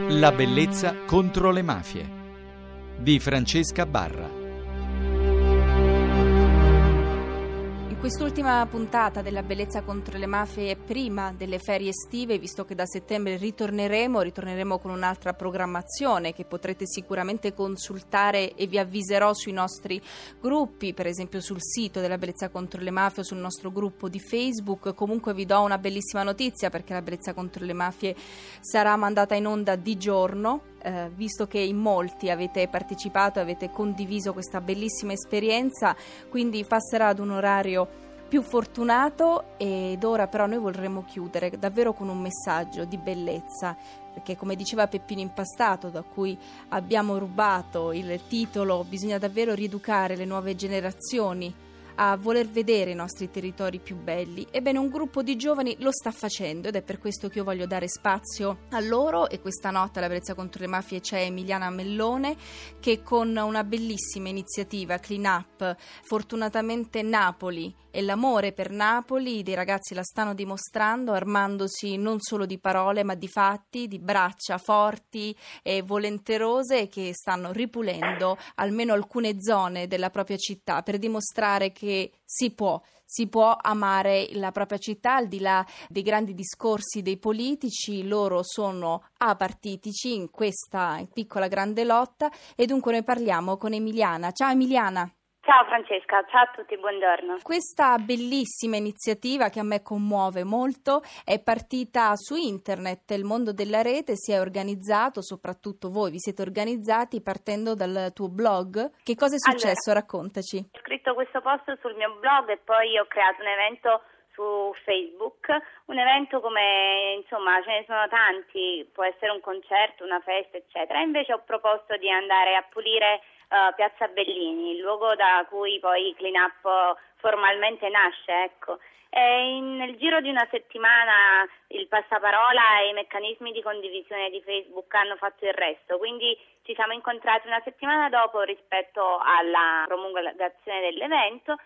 La bellezza contro le mafie di Francesca Barra. In quest'ultima puntata della bellezza contro le mafie, prima delle ferie estive, visto che da settembre ritorneremo con un'altra programmazione che potrete sicuramente consultare e vi avviserò sui nostri gruppi, per esempio sul sito della bellezza contro le mafie o sul nostro gruppo di Facebook. Comunque vi do una bellissima notizia, perché la bellezza contro le mafie sarà mandata in onda di giorno. Visto che in molti avete partecipato e avete condiviso questa bellissima esperienza, quindi passerà ad un orario più fortunato. Ed ora però noi vorremmo chiudere davvero con un messaggio di bellezza, perché come diceva Peppino Impastato, da cui abbiamo rubato il titolo, bisogna davvero rieducare le nuove generazioni a voler vedere i nostri territori più belli. Ebbene, un gruppo di giovani lo sta facendo ed è per questo che io voglio dare spazio a loro. E questa notte alla bellezza contro le mafie c'è Emiliana Mellone, che con una bellissima iniziativa Clean Up, fortunatamente Napoli e l'amore per Napoli dei ragazzi la stanno dimostrando, armandosi non solo di parole ma di fatti, di braccia forti e volenterose, che stanno ripulendo almeno alcune zone della propria città per dimostrare che si può amare la propria città al di là dei grandi discorsi dei politici. Loro sono apartitici in questa piccola grande lotta e dunque noi parliamo con Emiliana. Ciao Emiliana. Ciao Francesca, ciao a tutti, buongiorno. Questa bellissima iniziativa, che a me commuove molto, è partita su internet. Il mondo della rete si è organizzato, soprattutto voi vi siete organizzati partendo dal tuo blog. Che cosa è successo? Allora, raccontaci. Ho scritto questo post sul mio blog e poi ho creato un evento su Facebook, un evento come, insomma, ce ne sono tanti, può essere un concerto, una festa, eccetera. Invece ho proposto di andare a pulire Piazza Bellini, il luogo da cui poi Clean Up formalmente nasce, ecco. E nel giro di una settimana il passaparola e i meccanismi di condivisione di Facebook hanno fatto il resto, quindi ci siamo incontrati una settimana dopo rispetto alla promulgazione dell'evento.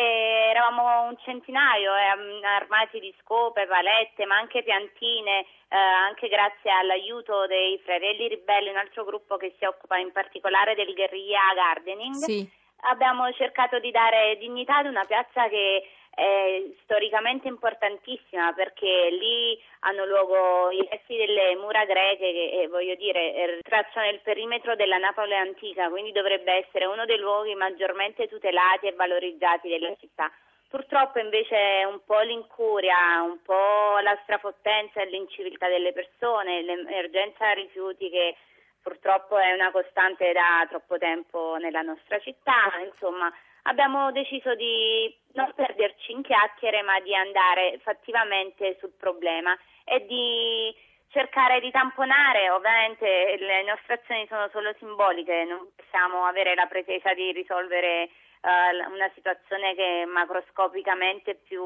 Eravamo un centinaio armati di scope, palette, ma anche piantine, anche grazie all'aiuto dei Fratelli Ribelli, un altro gruppo che si occupa in particolare del guerriglia gardening. Sì. Abbiamo cercato di dare dignità ad una piazza che è storicamente importantissima, perché lì hanno luogo i resti delle mura greche che, voglio dire, tracciano il perimetro della Napoli antica, quindi dovrebbe essere uno dei luoghi maggiormente tutelati e valorizzati della città. Purtroppo invece un po' l'incuria, un po' la strafottenza e l'inciviltà delle persone, l'emergenza rifiuti che purtroppo è una costante da troppo tempo nella nostra città, insomma. Abbiamo deciso di non perderci in chiacchiere, ma di andare fattivamente sul problema e di cercare di tamponare. Ovviamente le nostre azioni sono solo simboliche, non possiamo avere la pretesa di risolvere una situazione che è macroscopicamente più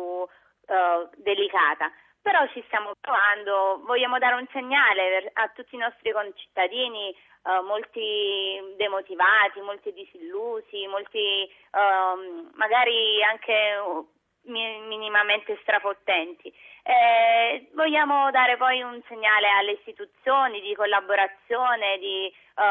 delicata. Però ci stiamo provando, vogliamo dare un segnale a tutti i nostri concittadini, molti demotivati, molti disillusi, molti magari anche minimamente strafottenti. Vogliamo dare poi un segnale alle istituzioni di collaborazione, di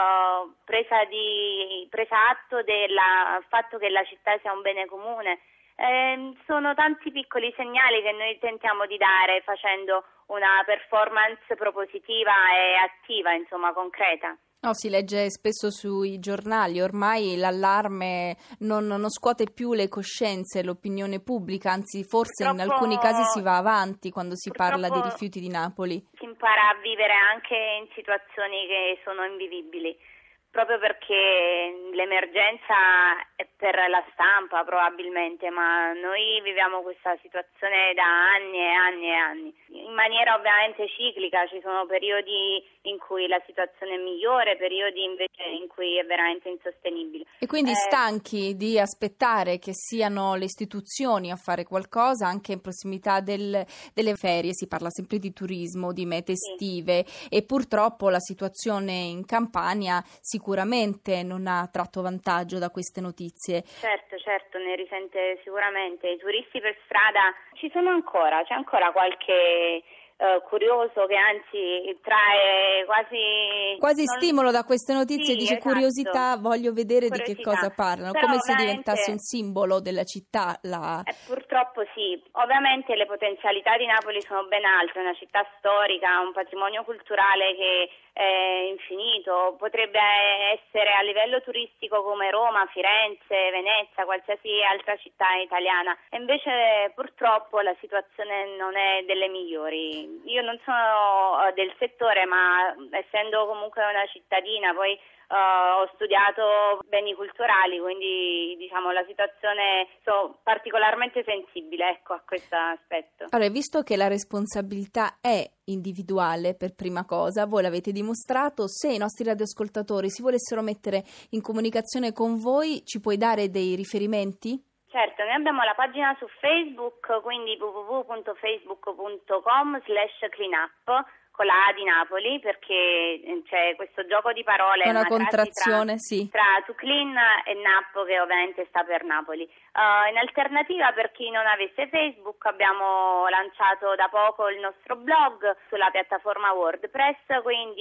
presa atto del fatto che la città sia un bene comune. Sono tanti piccoli segnali che noi tentiamo di dare facendo una performance propositiva e attiva, insomma, concreta. No, si legge spesso sui giornali, ormai l'allarme non scuote più le coscienze, l'opinione pubblica, anzi forse in alcuni casi si va avanti quando si parla dei rifiuti di Napoli. Si impara a vivere anche in situazioni che sono invivibili, proprio perché l'emergenza è per la stampa probabilmente, ma noi viviamo questa situazione da anni e anni e anni. In maniera ovviamente ciclica, ci sono periodi in cui la situazione è migliore, periodi invece in cui è veramente insostenibile. E quindi stanchi di aspettare che siano le istituzioni a fare qualcosa anche in prossimità delle ferie, si parla sempre di turismo, di mete estive, e purtroppo la situazione in Campania sicuramente non ha tratto vantaggio da queste notizie. Certo, ne risente sicuramente. I turisti per strada ci sono ancora, c'è ancora qualche curioso, che anzi trae quasi stimolo da queste notizie, sì, dice esatto. Curiosità, voglio vedere di che cosa parlano. Però come se diventasse un simbolo della città. Purtroppo sì, ovviamente le potenzialità di Napoli sono ben altre, è una città storica, un patrimonio culturale che è infinito, potrebbe essere a livello turistico come Roma, Firenze, Venezia, qualsiasi altra città italiana, e invece purtroppo la situazione non è delle migliori. Io non sono del settore, ma essendo comunque una cittadina, poi ho studiato beni culturali, quindi diciamo la situazione, sono particolarmente sensibile, ecco, a questo aspetto. Allora, visto che la responsabilità è individuale per prima cosa, voi l'avete dimostrato, se i nostri radioascoltatori si volessero mettere in comunicazione con voi, ci puoi dare dei riferimenti? Certo, noi abbiamo la pagina su Facebook, quindi www.facebook.com/cleanup con la A di Napoli, perché c'è questo gioco di parole, una contrazione, tra To Clean e Nap, che ovviamente sta per Napoli. In alternativa, per chi non avesse Facebook, abbiamo lanciato da poco il nostro blog sulla piattaforma WordPress, quindi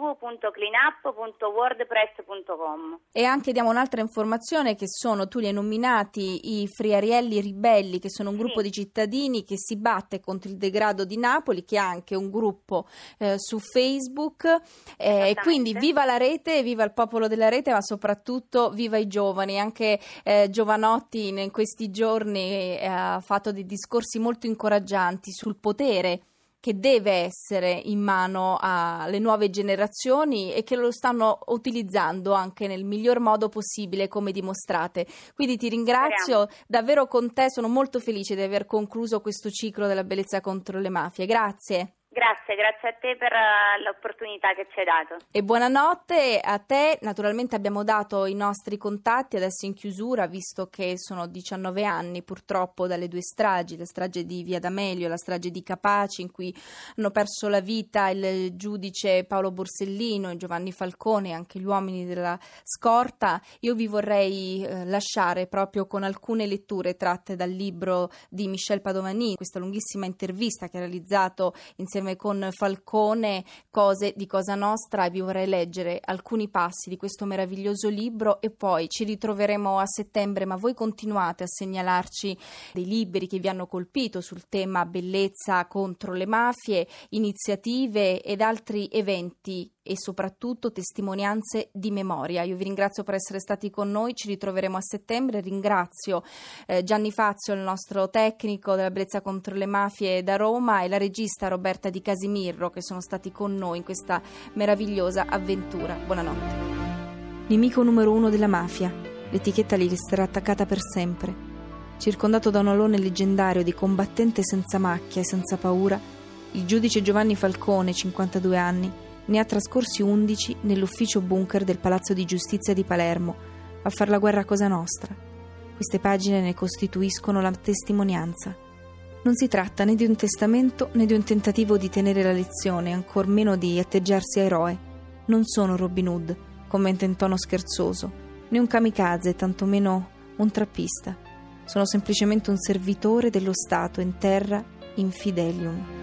www.cleanup.wordpress.com. E anche diamo un'altra informazione, che tu li hai nominati i Friarielli Ribelli, che sono un gruppo di cittadini che si batte contro il degrado di Napoli, che ha anche un gruppo su Facebook, e quindi viva la rete, viva il popolo della rete, ma soprattutto viva i giovani. Anche Giovanotti in questi giorni ha fatto dei discorsi molto incoraggianti sul potere che deve essere in mano alle nuove generazioni e che lo stanno utilizzando anche nel miglior modo possibile, come dimostrate. Quindi ti ringrazio davvero, con te sono molto felice di aver concluso questo ciclo della bellezza contro le mafie. Grazie. Grazie a te per l'opportunità che ci hai dato. E buonanotte a te. Naturalmente abbiamo dato i nostri contatti adesso in chiusura, visto che sono 19 anni purtroppo dalle due stragi, la strage di Via D'Amelio e la strage di Capaci, in cui hanno perso la vita il giudice Paolo Borsellino e Giovanni Falcone, anche gli uomini della scorta. Io vi vorrei lasciare proprio con alcune letture tratte dal libro di Michel Padovani, questa lunghissima intervista che ha realizzato insieme con Falcone, Cose di Cosa Nostra, e vi vorrei leggere alcuni passi di questo meraviglioso libro e poi ci ritroveremo a settembre, ma voi continuate a segnalarci dei libri che vi hanno colpito sul tema bellezza contro le mafie, iniziative ed altri eventi e soprattutto testimonianze di memoria. Io vi ringrazio per essere stati con noi, ci ritroveremo a settembre. Ringrazio Gianni Fazio, il nostro tecnico della bellezza contro le mafie da Roma, e la regista Roberta Di Casimirro, che sono stati con noi in questa meravigliosa avventura. Buonanotte. Nemico numero 1 della mafia, l'etichetta gli resterà attaccata per sempre. Circondato da un alone leggendario di combattente senza macchia e senza paura, il giudice Giovanni Falcone, 52 anni, ne ha trascorsi 11 nell'ufficio bunker del Palazzo di Giustizia di Palermo, a far la guerra a Cosa Nostra. Queste pagine ne costituiscono la testimonianza. Non si tratta né di un testamento né di un tentativo di tenere la lezione, ancor meno di atteggiarsi a eroe. Non sono Robin Hood, commenta in tono scherzoso, né un kamikaze, tantomeno un trappista. Sono semplicemente un servitore dello Stato in terra, in fidelium.